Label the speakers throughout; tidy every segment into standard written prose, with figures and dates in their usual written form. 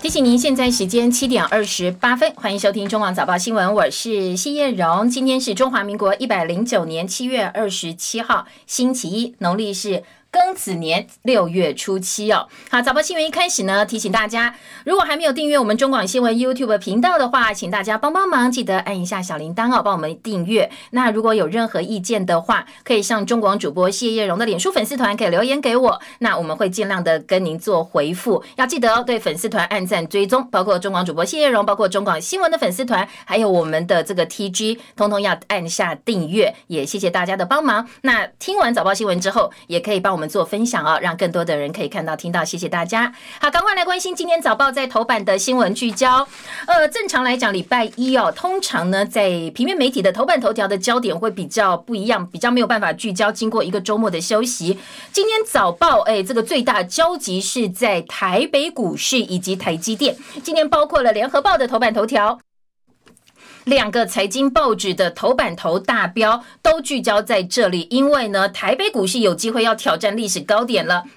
Speaker 1: 提醒您，现在时间7:28，欢迎收听中广早报新闻，我是谢叶荣。今天是中华民国109年7月27号，星期一，农历是庚子年6月初7哦。好，早报新闻一开始呢，提醒大家，如果还没有订阅我们中广新闻 YouTube 频道的话，请大家帮忙，记得按一下小铃铛哦，帮我们订阅。那如果有任何意见的话，可以上中广主播谢叶荣的脸书粉丝团给留言给我，那我们会尽量的跟您做回复。要记得哦，对粉丝团按赞追踪，包括中广主播谢叶荣，包括中广新闻的粉丝团，还有我们的这个 TG， 通通要按下订阅。也谢谢大家的帮忙。那听完早报新闻之后，也可以帮我们做分享哦，让更多的人可以看到听到，谢谢大家。好，赶快来关心今天早报在头版的新闻聚焦。正常来讲礼拜一哦，通常呢在平面媒体的头版头条的焦点会比较不一样，比较没有办法聚焦，经过一个周末的休息。今天早报这个最大交集是在台北股市以及台积电，今天包括了联合报的头版头条，两个财经报纸的头版头大标都聚焦在这里，因为呢，台北股市有机会要挑战历史高点了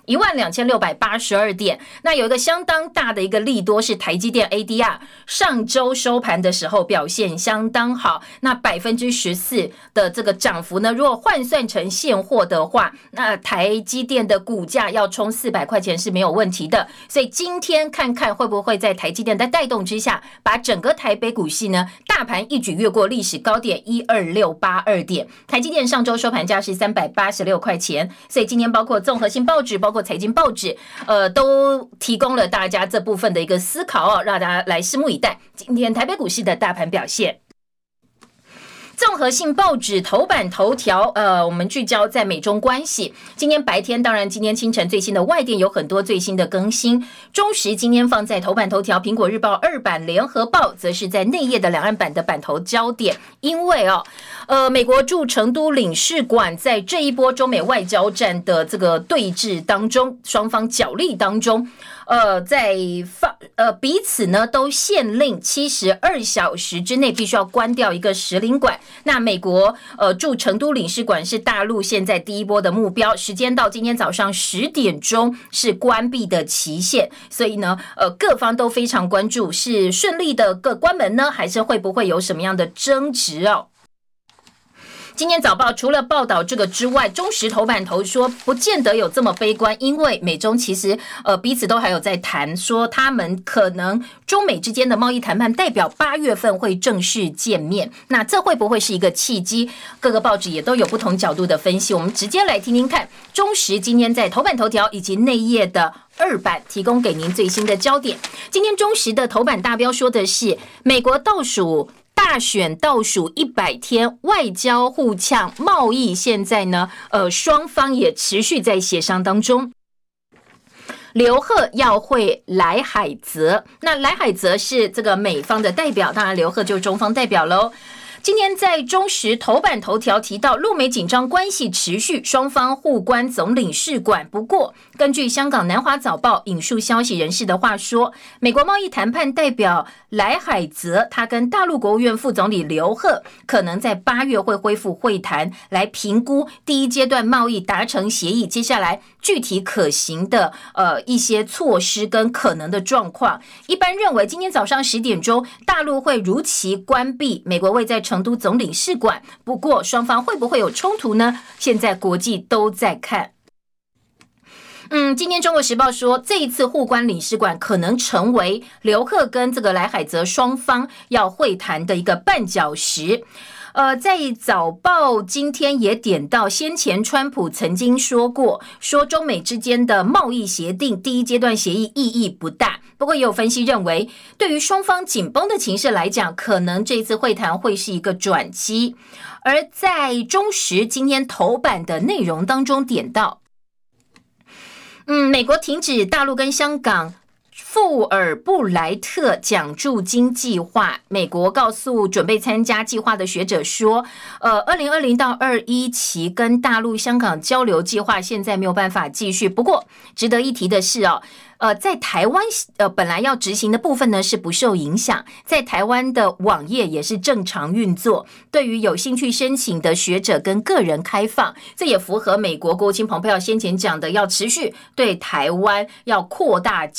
Speaker 1: ，12682点。那有一个相当大的一个利多是台积电 ADR 上周收盘的时候表现相当好，那14%的这个涨幅呢，如果换算成现货的话，那台积电的股价要冲400块钱是没有问题的。所以今天看看会不会在台积电的带动之下，把整个台北股市呢，大盘一举越过历史高点12682点，台积电上周收盘价是386块钱，所以今天包括综合性报纸，包括财经报纸，都提供了大家这部分的一个思考哦，让大家来拭目以待今天台北股市的大盘表现。综合性报纸头版头条，我们聚焦在美中关系。今天白天，当然今天清晨最新的外电有很多最新的更新。中时今天放在头版头条，苹果日报2版，联合报则是在内页的两岸版的版头焦点。因为美国驻成都领事馆在这一波中美外交战的这个对峙当中，双方角力当中，在彼此呢都限令72小时之内必须要关掉一个使领馆。那美国驻成都领事馆是大陆现在第一波的目标，时间到今天早上10点钟是关闭的期限，所以呢各方都非常关注，是顺利的关门呢，还是会不会有什么样的争执哦？今天早报除了报道这个之外，中时头版头说不见得有这么悲观，因为美中其实彼此都还有在谈，说他们可能中美之间的贸易谈判代表8月份会正式见面，那这会不会是一个契机？各个报纸也都有不同角度的分析，我们直接来听听看中时今天在头版头条以及内页的2版提供给您最新的焦点。今天中时的头版大标说的是美国大选倒数100天，外交互呛，贸易现在呢，双方也持续在协商当中。刘鹤要会来海泽，那来海泽是这个美方的代表，当然刘鹤就是中方代表喽。今天在中时头版头条提到，陆美紧张关系持续，双方互关总领事馆。不过，根据香港南华早报引述消息人士的话说，美国贸易谈判代表来海泽，他跟大陆国务院副总理刘鹤可能在8月会恢复会谈，来评估第一阶段贸易达成协议，接下来具体可行的一些措施跟可能的状况。一般认为，今天早上10点钟，大陆会如期关闭美国位在成都总领事馆，不过双方会不会有冲突呢？现在国际都在看。今天中国时报说，这一次互关领事馆可能成为刘鹤跟这个来海泽双方要会谈的一个绊脚石。在早报今天也点到，先前川普曾经说过，说中美之间的贸易协定第一阶段协议意义不大。不过也有分析认为，对于双方紧绷的情势来讲，可能这次会谈会是一个转机。而在中时今天头版的内容当中点到，美国停止大陆跟香港富尔布莱特奖助金计划，美国告诉准备参加计划的学者说，2020到21期跟大陆、香港交流计划现在没有办法继续。不过，值得一提的是在台湾本来要执行的部分呢是不受影响，在台湾的网页也是正常运作，对于有兴趣申请的学者跟个人开放，这也符合美国国务卿蓬佩奥先前讲的，要持续对台湾要扩大交流，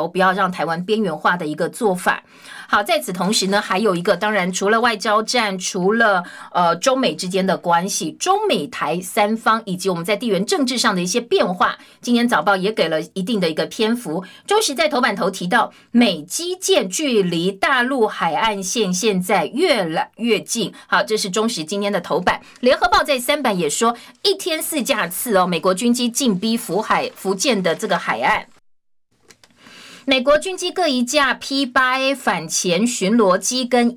Speaker 1: 不要让台湾边缘化的一个做法。好，在此同时呢，还有一个，当然除了外交战，除了中美之间的关系，中美台三方以及我们在地缘政治上的一些变化，今天早报也给了一定的一个篇幅。中时在头版头提到，美基建距离大陆海岸线现在越来越近。好，这是中时今天的头版。联合报在3版也说，一天4架次哦，美国军机进逼福建的这个海岸。美国军机各一架 P8A 反潜巡逻机跟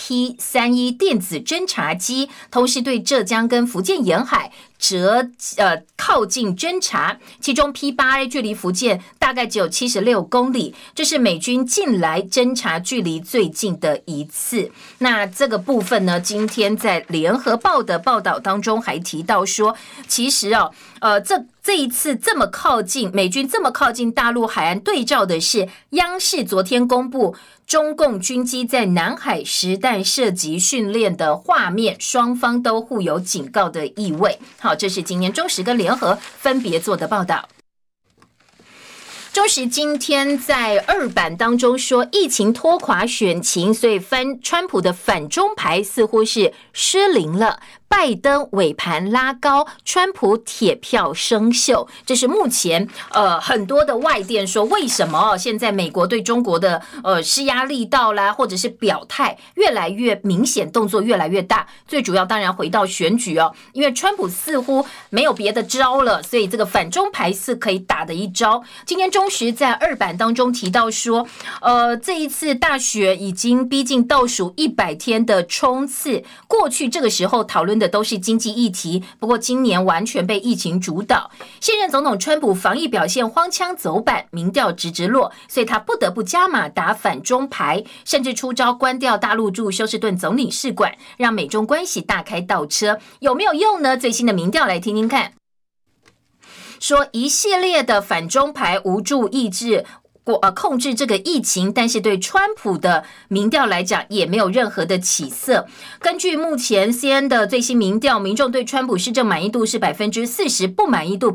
Speaker 1: EP-31 电子侦察机，同时对浙江跟福建沿海靠近侦察，其中 P8A 距离福建大概只有76公里，这是美军近来侦察距离最近的一次。那这个部分呢，今天在联合报的报道当中还提到说，其实这一次这么靠近，美军这么靠近大陆海岸，对照的是央视昨天公布中共军机在南海实弹射击训练的画面，双方都互有警告的意味。好，这是今年中时跟联合分别做的报道。中时今天在2版当中说，疫情拖垮选情，所以川普的反中牌似乎是失灵了。拜登尾盘拉高，川普铁票生锈，这是目前很多的外电说，为什么现在美国对中国的施压力道啦，或者是表态越来越明显，动作越来越大。最主要当然回到选举哦，因为川普似乎没有别的招了，所以这个反中牌是可以打的一招。今天中时在2版当中提到说，这一次大选已经逼近倒数100天的冲刺，过去这个时候讨论的都是经济议题，不过今年完全被疫情主导。现任总统川普防疫表现荒腔走板，民调直落，所以他不得不加码打反中牌，甚至出招关掉大陆驻休斯顿总领事馆，让美中关系大开倒车。有没有用呢？最新的民调来听听看，说一系列的反中牌无助控制这个疫情，但是对川普的民调来讲也没有任何的起色。根据目前 CNN 的最新民调，民众对川普施政满意度是 40%， 不满意度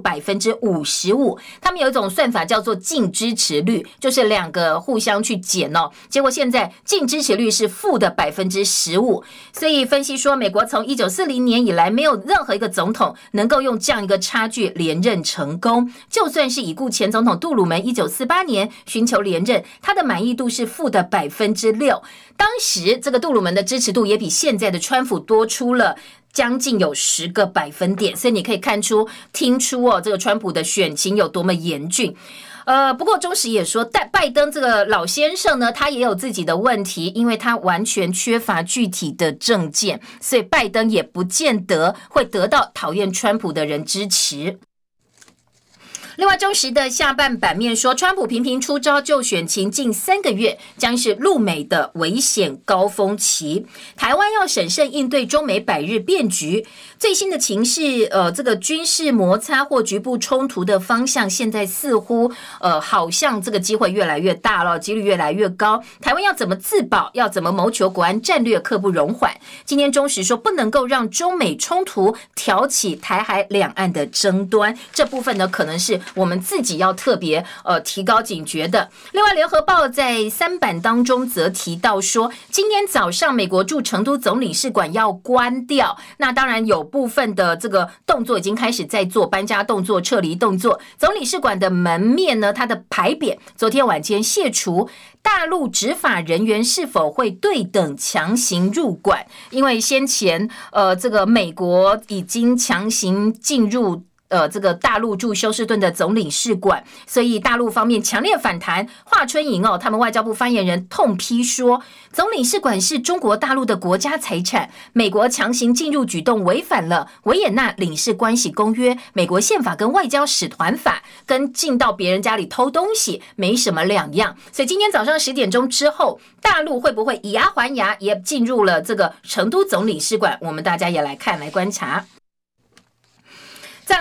Speaker 1: 55%。 他们有一种算法叫做净支持率，就是两个互相去减哦，结果现在净支持率是负的 15%。 所以分析说，美国从1940年以来没有任何一个总统能够用这样一个差距连任成功，就算是已故前总统杜鲁门1948年寻求连任，他的满意度是负的 6%。 当时这个杜鲁门的支持度也比现在的川普多出了将近有10个百分点，所以你可以听出这个川普的选情有多么严峻。不过中时也说，拜登这个老先生呢，他也有自己的问题，因为他完全缺乏具体的政见，所以拜登也不见得会得到讨厌川普的人支持。另外，中时的下半版面说，川普频频出招救选情近3个月，将是陆美的危险高峰期。台湾要审慎应对中美百日变局。最新的情势，这个军事摩擦或局部冲突的方向，现在似乎好像这个机会越来越大了，几率越来越高。台湾要怎么自保，要怎么谋求国安战略，刻不容缓。今天中时说，不能够让中美冲突挑起台海两岸的争端，这部分呢，可能是我们自己要特别提高警觉的。另外，联合报在3版当中则提到说，今天早上美国驻成都总领事馆要关掉，那当然有部分的这个动作已经开始在做，搬家动作、撤离动作。总领事馆的门面呢，它的牌匾昨天晚间卸除。大陆执法人员是否会对等强行入馆？因为先前这个美国已经强行进入这个大陆驻休斯顿的总领事馆，所以大陆方面强烈反弹。华春莹他们外交部发言人痛批说，总领事馆是中国大陆的国家财产，美国强行进入举动违反了维也纳领事关系公约、美国宪法跟外交使团法，跟进到别人家里偷东西没什么两样。所以今天早上10点钟之后，大陆会不会以牙还牙，也进入了这个成都总领事馆？我们大家也来看，来观察。再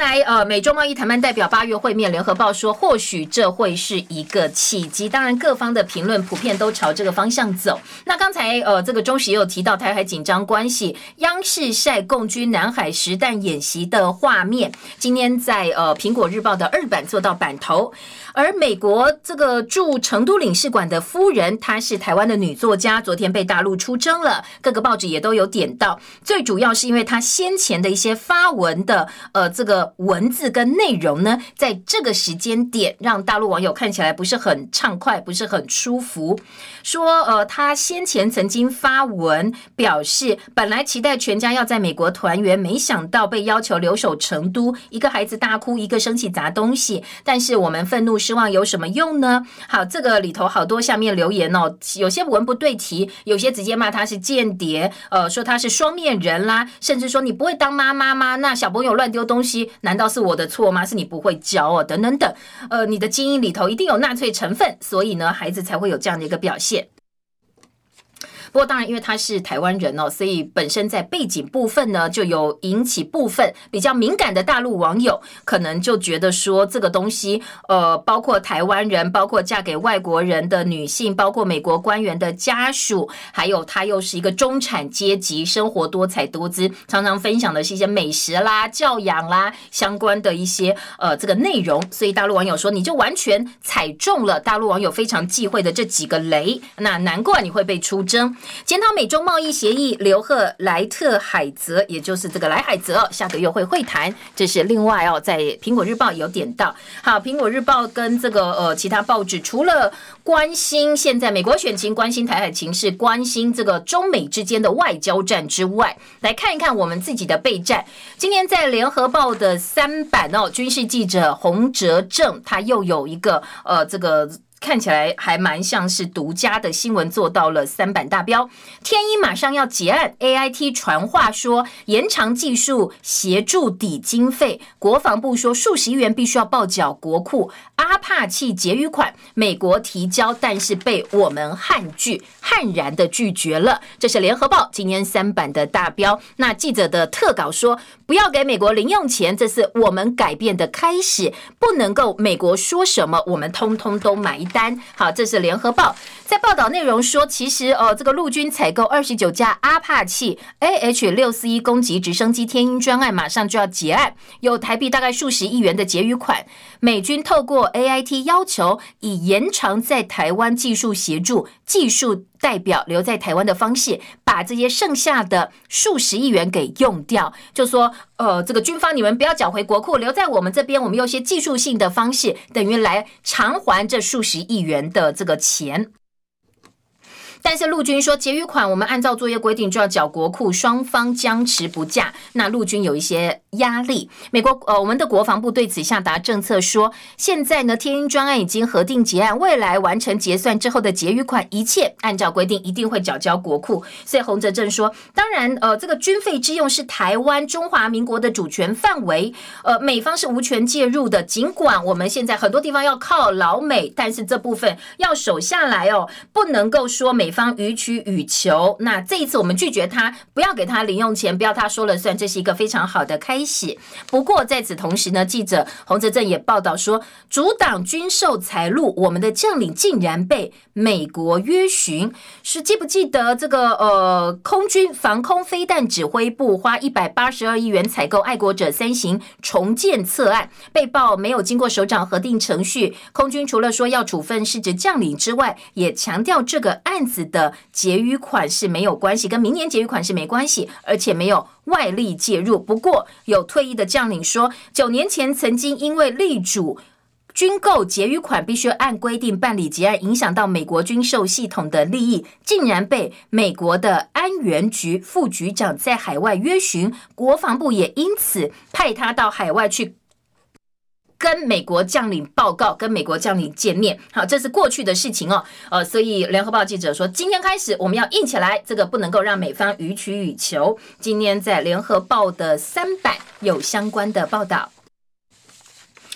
Speaker 1: 来美中贸易谈判代表8月会面，联合报说或许这会是一个契机。当然各方的评论普遍都朝这个方向走。那刚才这个中时也有提到台海紧张关系，央视晒共军南海实弹演习的画面，今天在苹果日报的2版做到版头。而美国这个驻成都领事馆的夫人，她是台湾的女作家，昨天被大陆出征了，各个报纸也都有点到。最主要是因为她先前的一些发文的这个文字跟内容呢，在这个时间点让大陆网友看起来不是很畅快，不是很舒服。说她先前曾经发文表示，本来期待全家要在美国团圆，没想到被要求留守成都，一个孩子大哭，一个生气砸东西，但是我们愤怒失望有什么用呢？好，这个里头好多下面留言哦，有些文不对题，有些直接骂他是间谍，说他是双面人啦，甚至说你不会当妈妈吗？那小朋友乱丢东西，难道是我的错吗？是你不会教哦，等等等，你的基因里头一定有纳粹成分，所以呢，孩子才会有这样的一个表现。不过当然因为他是台湾人哦，所以本身在背景部分呢，就有引起部分比较敏感的大陆网友可能就觉得说这个东西包括台湾人，包括嫁给外国人的女性，包括美国官员的家属，还有他又是一个中产阶级，生活多彩多姿，常常分享的是一些美食啦、教养啦相关的一些这个内容，所以大陆网友说你就完全踩中了大陆网友非常忌讳的这几个雷，那难怪你会被出征。检讨美中贸易协议，刘鹤莱特海泽，也就是这个莱海泽，下个月会会谈，这是另外在苹果日报有点到。好，苹果日报跟这个其他报纸除了关心现在美国选情，关心台海情势，关心这个中美之间的外交战之外，来看一看我们自己的备战。今天在联合报的3版军事记者洪哲正，他又有一个这个看起来还蛮像是独家的新闻，做到了3版大标。天一马上要结案 ，AIT 传话说延长技术协助抵经费，国防部说数十亿元必须要报缴国库。阿帕契结余款，美国提交，但是被我们悍然的拒绝了。这是联合报今天3版的大标。那记者的特稿说，不要给美国零用钱，这是我们改变的开始，不能够美国说什么，我们通通都买单。好，这是联合报在报道内容说，其实这个陆军采购29架阿帕契 AH641攻击直升机天鹰专案马上就要结案，有台币大概数十亿元的结余款。美军透过 AIT 要求以延长在台湾技术协助、技术代表留在台湾的方式，把这些剩下的数十亿元给用掉，就说这个军方你们不要缴回国库，留在我们这边，我们用一些技术性的方式，等于来偿还这数十亿元的这个钱。但是陆军说结余款我们按照作业规定就要缴国库，双方僵持不下，那陆军有一些压力。美国我们的国防部对此下达政策说，现在呢天鹰专案已经核定结案，未来完成结算之后的结余款一切按照规定一定会缴交国库。所以洪哲正说，当然这个军费之用是台湾中华民国的主权范围，美方是无权介入的，尽管我们现在很多地方要靠老美，但是这部分要守下来不能够说美方予取予求。那这一次我们拒绝他，不要给他零用钱，不要他说了算，这是一个非常好的开始。不过在此同时呢，记者洪哲正也报道说，阻挡军售财路，我们的将领竟然被美国约询。是记不记得这个空军防空飞弹指挥部花182亿元采购爱国者3型重建策案，被曝没有经过首长核定程序。空军除了说要处分失职将领之外，也强调这个案子的结余款是没有关系，跟明年结余款是没关系，而且没有外力介入。不过有退役的将领说，9年前曾经因为力主军购结余款必须按规定办理结案，影响到美国军售系统的利益，竟然被美国的安原局副局长在海外约询，国防部也因此派他到海外去跟美国将领报告，跟美国将领见面。好，这是过去的事情所以联合报记者说，今天开始我们要硬起来，这个不能够让美方予取予求。今天在联合报的3版有相关的报道。好，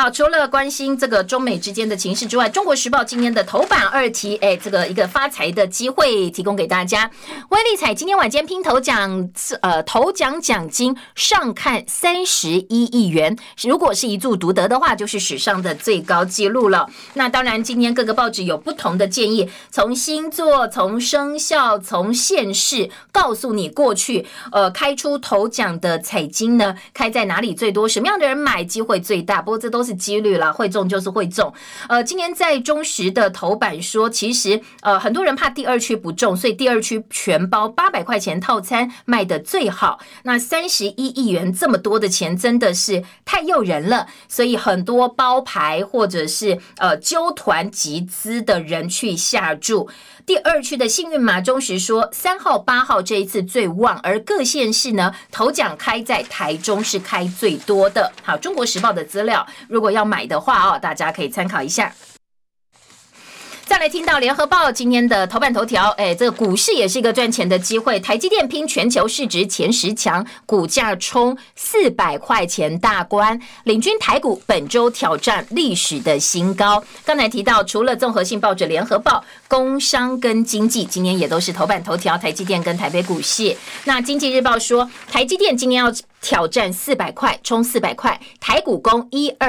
Speaker 1: 好，除了关心这个中美之间的情势之外，中国时报今天的头版2题，这个一个发财的机会提供给大家。威力彩今天晚间拼头奖奖金上看31亿元，如果是一注独得的话，就是史上的最高纪录了。那当然，今天各个报纸有不同的建议，从星座、从生肖、从县市，告诉你过去开出头奖的彩金呢，开在哪里最多，什么样的人买机会最大。不过这都是几率啦，会中就是会中。今天在中时的头版说，其实很多人怕第二区不中，所以第二区全包800块钱套餐卖得最好。那31亿元这么多的钱，真的是太诱人了，所以很多包牌或者是揪团集资的人去下注。第二区的幸运马中时说，3号、8号这一次最旺，而各县市呢头奖开在台中是开最多的。好，中国时报的资料，如果要买的话大家可以参考一下。再来听到联合报今天的头版头条，这个股市也是一个赚钱的机会。台积电拼全球市值前10强，股价冲400块钱大关，领军台股本周挑战历史的新高。刚才提到，除了综合性报纸联合报，工商跟经济今天也都是头版头条，台积电跟台北股市。那经济日报说，台积电今天要挑战400块，冲400块，台股攻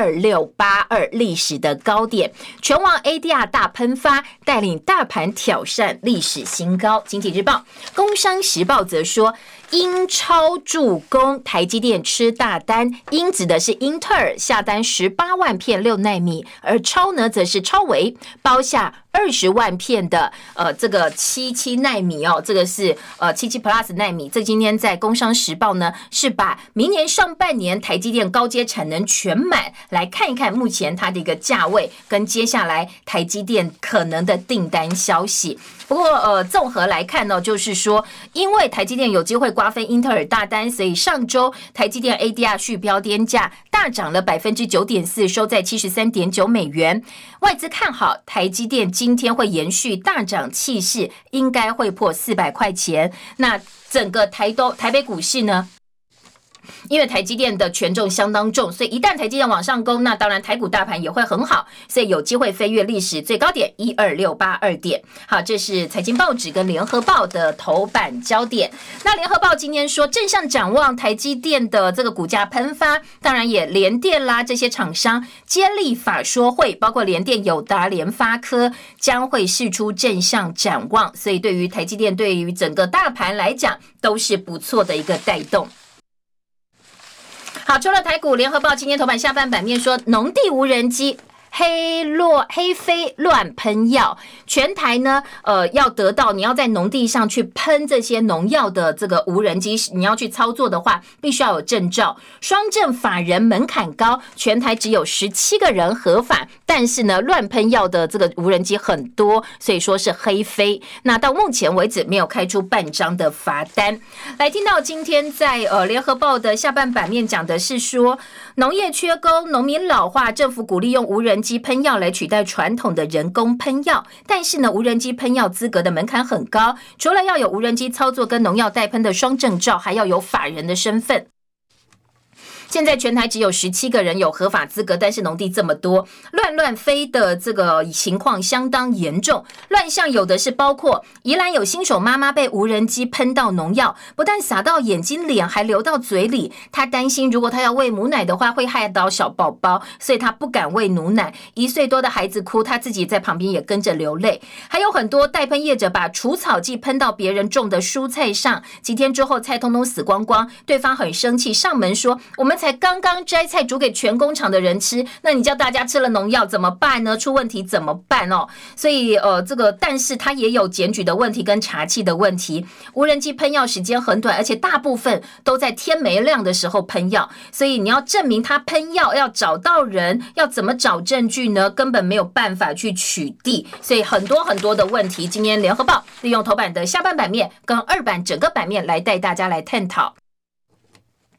Speaker 1: 12682历史的高点，全网 ADR 大喷发，带领大盘挑战历史新高。经济日报、工商时报则说，英超助攻，台积电吃大单，英指的是英特尔下单18万片6奈米，而超呢则是超微包下20万片的这个77奈米这个是77 Plus 奈米。这今天在工商时报呢是把明年上半年台积电高阶产能全满来看一看目前它的一个价位跟接下来台积电可能的订单消息。不过综合来看呢，就是说因为台积电有机会瓜分英特尔大单，所以上周台积电 ADR 续标跌价大涨了 9.4%， 收在 73.9 美元。外资看好台积电今天会延续大涨气势，应该会破400块钱。那整个台北股市呢，因为台积电的权重相当重，所以一旦台积电往上攻，那当然台股大盘也会很好，所以有机会飞跃历史最高点12682点。好，这是财经报纸跟联合报的头版焦点。那联合报今天说，正向展望台积电的这个股价喷发，当然也联电啦这些厂商接力法说会，包括联电、友达、联发科将会释出正向展望，所以对于台积电对于整个大盘来讲都是不错的一个带动。好，除了台股，联合报今天头版下半版面说，农地无人机黑飞乱喷药，全台呢要得到你要在农地上去喷这些农药的这个无人机，你要去操作的话必须要有证照，双证法人门槛高，全台只有17个人合法，但是呢乱喷药的这个无人机很多，所以说是黑飞。那到目前为止没有开出半张的罚单。来听到今天在联合报的下半版面讲的是说，农业缺工，农民老化，政府鼓励用无人机喷药来取代传统的人工喷药，但是呢无人机喷药资格的门槛很高，除了要有无人机操作跟农药代喷的双证照，还要有法人的身份。现在全台只有17个人有合法资格，但是农地这么多，乱飞的这个情况相当严重。乱象有的是包括宜兰有新手妈妈被无人机喷到农药，不但洒到眼睛脸，还流到嘴里。她担心如果她要喂母奶的话会害到小宝宝，所以她不敢喂母奶。1岁多的孩子哭，她自己在旁边也跟着流泪。还有很多代喷业者把除草剂喷到别人种的蔬菜上，几天之后菜通通死光光，对方很生气，上门说我们才刚刚摘菜煮给全工厂的人吃，那你叫大家吃了农药怎么办呢？出问题怎么办哦？所以这个但是它也有检举的问题跟查气的问题。无人机喷药时间很短，而且大部分都在天没亮的时候喷药，所以你要证明他喷药，要找到人，要怎么找证据呢？根本没有办法去取缔，所以很多的问题。今天联合报利用头版的下半版面跟二版整个版面来带大家来探讨。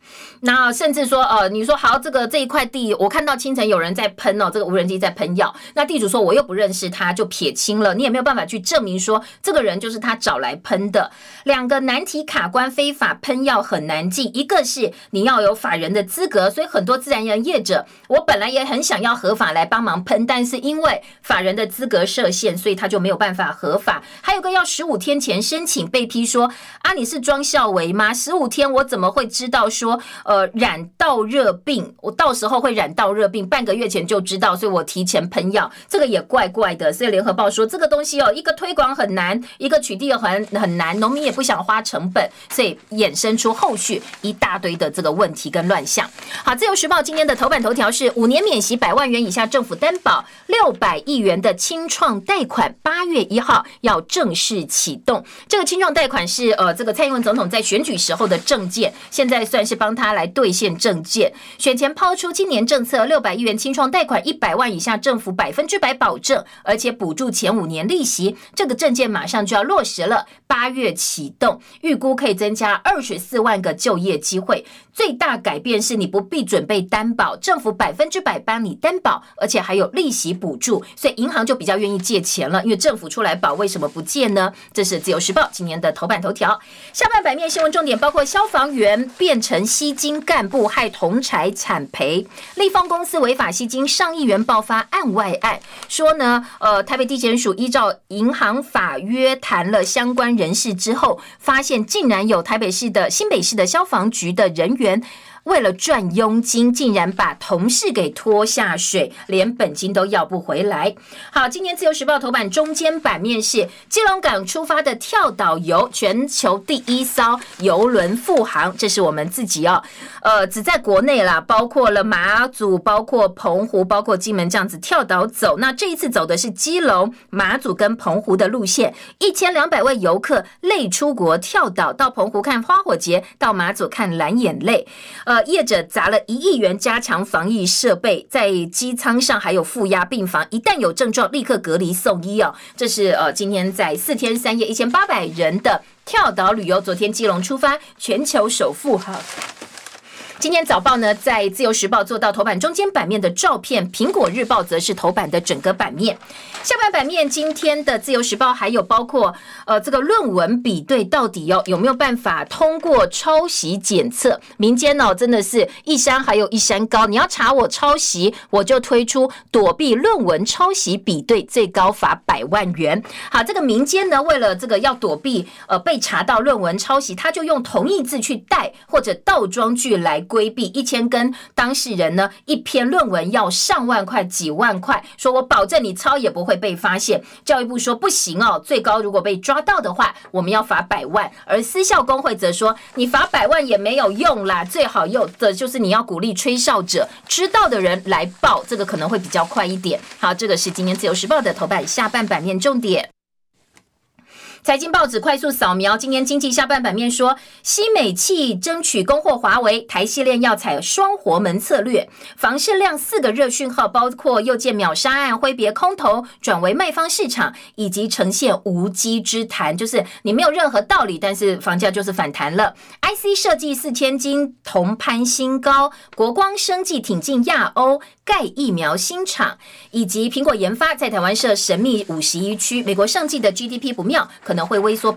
Speaker 1: 那甚至说你说好这一块地，我看到清晨有人在喷这个无人机在喷药，那地主说我又不认识他，就撇清了，你也没有办法去证明说这个人就是他找来喷的。两个难题卡关，非法喷药很难进，一个是你要有法人的资格，所以很多自然人业者，我本来也很想要合法来帮忙喷，但是因为法人的资格设限，所以他就没有办法合法。还有个要15天前申请，被批说你是庄孝维吗？15天我怎么会知道说染到热病，我到时候会染到热病，半个月前就知道，所以我提前喷药，这个也怪怪的。所以联合报说这个东西一个推广很难，一个取缔很难，农民也不想花成本，所以衍生出后续一大堆的这个问题跟乱象。好，自由时报今天的头版头条是5年免息100万元以下政府担保600亿元的青创贷款，8月1号要正式启动。这个青创贷款是这个蔡英文总统在选举时候的政见，现在算是帮他来兑现政见。选前抛出今年政策600亿元青创贷款100万以下政府100%保证，而且补助前5年利息，这个政见马上就要落实了，8月启动，预估可以增加24万个就业机会。最大改变是你不必准备担保，政府100%帮你担保，而且还有利息补助，所以银行就比较愿意借钱了，因为政府出来保，为什么不借呢？这是自由时报今年的头版头条。下半版面新闻重点包括消防员变成吸金干部害同侪惨赔，立丰公司违法吸金上亿元爆发案外案，说呢台北地检署依照银行法约谈了相关人士之后，发现竟然有台北市的新北市的消防局的人员为了赚佣金，竟然把同事给拖下水，连本金都要不回来。好，今年自由时报头版中间版面是基隆港出发的跳岛游，全球第1艘邮轮复航，这是我们自己只在国内啦，包括了马祖，包括澎湖，包括金门这样子跳岛走。那这一次走的是基隆、马祖跟澎湖的路线，1200位游客类出国跳岛，到澎湖看花火节，到马祖看蓝眼泪。业者砸了1亿元加强防疫设备，在机舱上还有负压病房，一旦有症状立刻隔离送医这是今天在4天3夜1800人的跳岛旅游，昨天基隆出发，全球首富今天早报呢，在自由时报做到头版中间版面的照片，苹果日报则是头版的整个版面。下半版面今天的自由时报还有包括这个论文比对到底有没有办法通过抄袭检测？民间真的是一山还有一山高，你要查我抄袭，我就推出躲避论文抄袭比对，最高罚100万元。好，这个民间呢，为了这个要躲避被查到论文抄袭，他就用同义字去代或者倒装句来规避，1000跟当事人呢一篇论文要上万块几万块，说我保证你抄也不会被发现。教育部说不行最高如果被抓到的话，我们要罚100万。而私校工会则说，你罚100万也没有用啦，最好用的就是你要鼓励吹哨者，知道的人来报，这个可能会比较快一点。好，这个是今天自由时报的头版下半版面重点。财经报纸快速扫描，今年经济下半版面说，西美企争取供货华为，台系链要采双活门策略，房市量4个热讯号，包括又见秒杀案挥别空头转为卖方市场，以及呈现无稽之谈，就是你没有任何道理，但是房价就是反弹了。IC 设计4000金同攀新高，国光生技挺进亚欧盖疫苗新厂，以及苹果研发在台湾设神秘51区，美国上季的 GDP 不妙，可能会微缩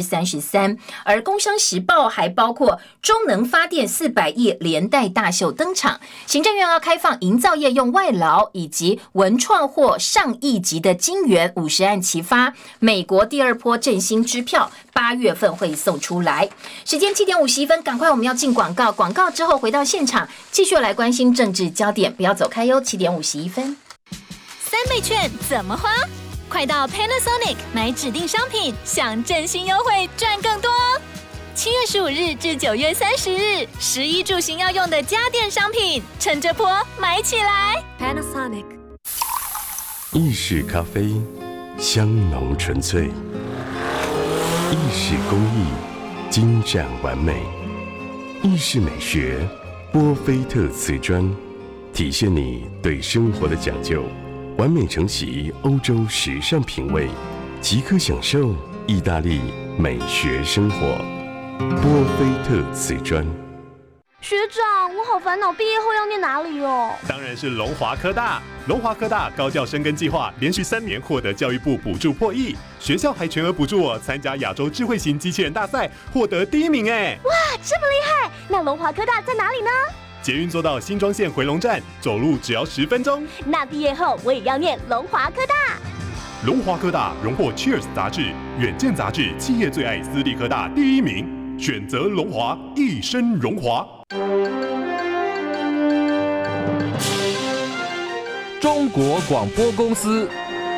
Speaker 1: 33%。而工商时报还包括中能发电400亿连带大秀登场，行政院要开放营造业用外劳，以及文创获上亿级的金元50案齐发，美国第2波振兴支票8月份会送出来。时间7点51分，赶快我们要进广告，广告之后回到现场，继续来关心政治焦点，不要走开哟。7点51分
Speaker 2: ，3倍券怎么花？快到 Panasonic 买指定商品，享振兴优惠赚更多。7月15日至9月30日，11住行要用的家电商品，趁这波买起来。Panasonic
Speaker 3: 意式咖啡，香浓纯粹；意式工艺，精湛完美；意式美学，波菲特瓷砖，体现你对生活的讲究。完美承袭欧洲时尚品味，即刻享受意大利美学生活。波菲特瓷砖。
Speaker 4: 学长，我好烦恼，毕业后要念哪里哦？
Speaker 5: 当然是龙华科大。龙华科大高教深耕计划连续3年获得教育部补助破亿，学校还全额补助我参加亚洲智慧型机器人大赛，获得第1名哎！
Speaker 4: 哇，这么厉害！那龙华科大在哪里呢？
Speaker 5: 捷运坐到新庄线回龙站，走路只要10分钟。
Speaker 4: 那毕业后我也要念龙华科大。
Speaker 5: 龙华科大荣获 Cheers 杂志、远见杂志企业最爱私立科大第1名，选择龙华，一生荣华。
Speaker 6: 中国广播公司。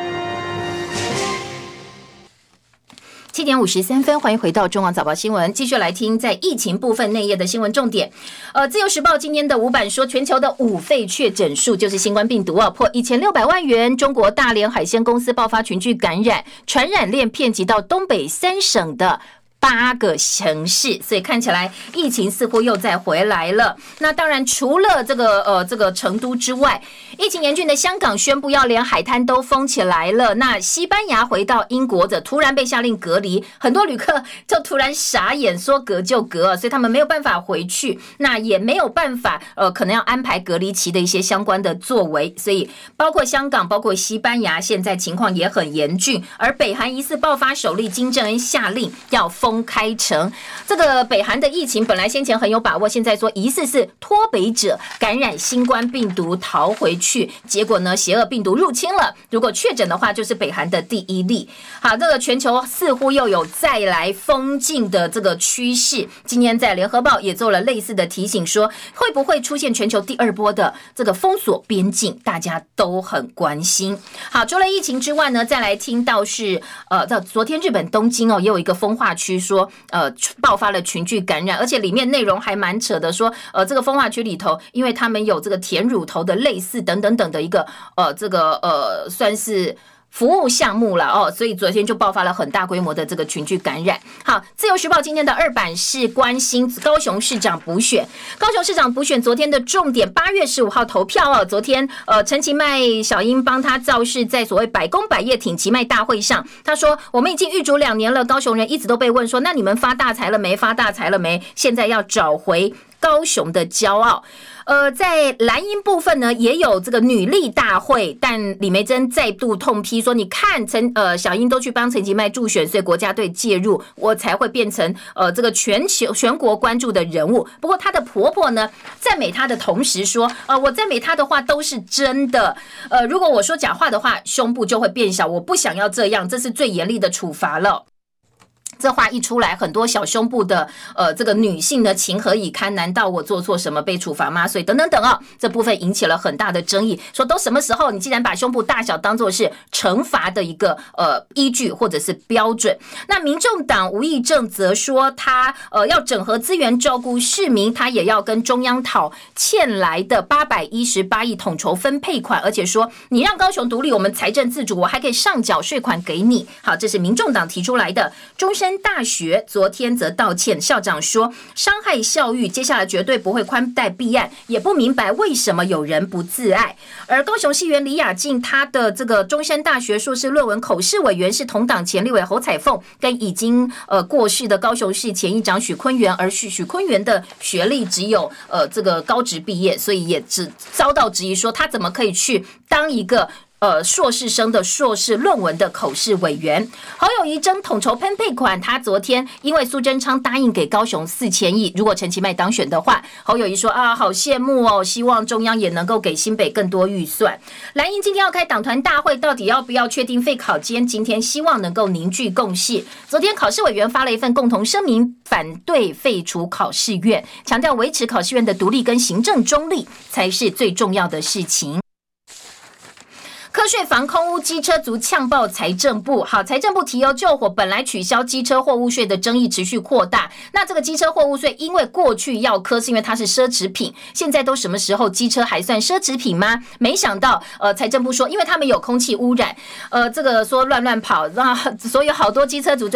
Speaker 1: 7点53分，欢迎回到中广早报新闻，继续来听在疫情部分内页的新闻重点。自由时报今天的5版说，全球的5肺确诊数就是新冠病毒破1600万元。中国大连海鲜公司爆发群聚感染，传染链遍及到东北3省的8个城市，所以看起来疫情似乎又再回来了。那当然，除了这个成都之外，疫情严峻的香港宣布要连海滩都封起来了。那西班牙回到英国的突然被下令隔离，很多旅客就突然傻眼，说隔就隔，所以他们没有办法回去，那也没有办法可能要安排隔离期的一些相关的作为。所以包括香港，包括西班牙，现在情况也很严峻。而北韩疑似爆发首例，金正恩下令要封开城。这个北韩的疫情本来先前很有把握，现在说疑似是脱北者感染新冠病毒逃回去，结果呢邪恶病毒入侵了，如果确诊的话就是北韩的第1例。好，这个全球似乎又有再来封禁的这个趋势。今天在联合报也做了类似的提醒，说会不会出现全球第2波的这个封锁边境，大家都很关心。好，除了疫情之外呢，再来听到是昨天日本东京也有一个风化区说爆发了群聚感染，而且里面内容还蛮扯的，说这个风化区里头，因为他们有这个甜乳头的类似等等等的一个算是服务项目了所以昨天就爆发了很大规模的这个群聚感染。好，自由时报今天的2版是关心高雄市长补选。高雄市长补选昨天的重点，8月15号投票昨天陈其迈小英帮他造势，在所谓百工百业挺其迈大会上，他说我们已经预祝2年了，高雄人一直都被问说，那你们发大财了没？发大财了没？现在要找回高雄的骄傲。在蓝营部分呢，也有这个女力大会，但李眉蓁再度痛批说，你看小英都去帮陈其迈助选，所以国家队介入，我才会变成这个全国关注的人物。不过她的婆婆呢，赞美她的同时说，我赞美她的话都是真的，如果我说假话的话，胸部就会变小，我不想要这样，这是最严厉的处罚了。这话一出来，很多小胸部的这个女性呢情何以堪？难道我做错什么被处罚吗？所以等等等这部分引起了很大的争议，说都什么时候你既然把胸部大小当作是惩罚的一个依据或者是标准。那民众党吴益政则说他要整合资源照顾市民，他也要跟中央讨欠来的818亿统筹分配款，而且说你让高雄独立，我们财政自主，我还可以上缴税款给你。好，这是民众党提出来的。中山大学昨天则道歉，校长说伤害校誉，接下来绝对不会宽待弊案，也不明白为什么有人不自爱。而高雄市议员李雅静，他的这个中山大学硕士论文口试委员是同党前立委侯彩凤，跟已经过世的高雄市前议长许坤元，而许坤元的学历只有这个高职毕业，所以也只遭到质疑说他怎么可以去当一个硕士生的硕士论文的口试委员。侯友宜争统筹分配款，他昨天因为苏贞昌答应给高雄4000亿，如果陈其迈当选的话，侯友宜说好羡慕希望中央也能够给新北更多预算。蓝营今天要开党团大会，到底要不要确定废考监？今天希望能够凝聚共识。昨天考试委员发了一份共同声明，反对废除考试院，强调维持考试院的独立跟行政中立才是最重要的事情。科税防空污机车族呛爆财政部。好，财政部提油救火，本来取消机车货物税的争议持续扩大。那这个机车货物税，因为过去要科是因为它是奢侈品，现在都什么时候机车还算奢侈品吗？没想到财政部说，因为他们有空气污染，这个说乱跑，所以好多机车族就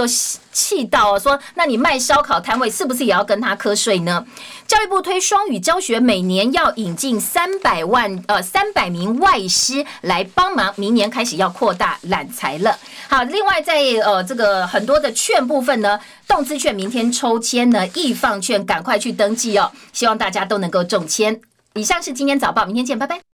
Speaker 1: 气到说，那你卖烧烤摊位是不是也要跟他课税呢？教育部推双语教学，每年要引进300名外师来帮忙，明年开始要扩大揽才了。好，另外在这个很多的券部分呢，动资券明天抽签呢，易放券赶快去登记哦，希望大家都能够中签。以上是今天早报，明天见，拜拜。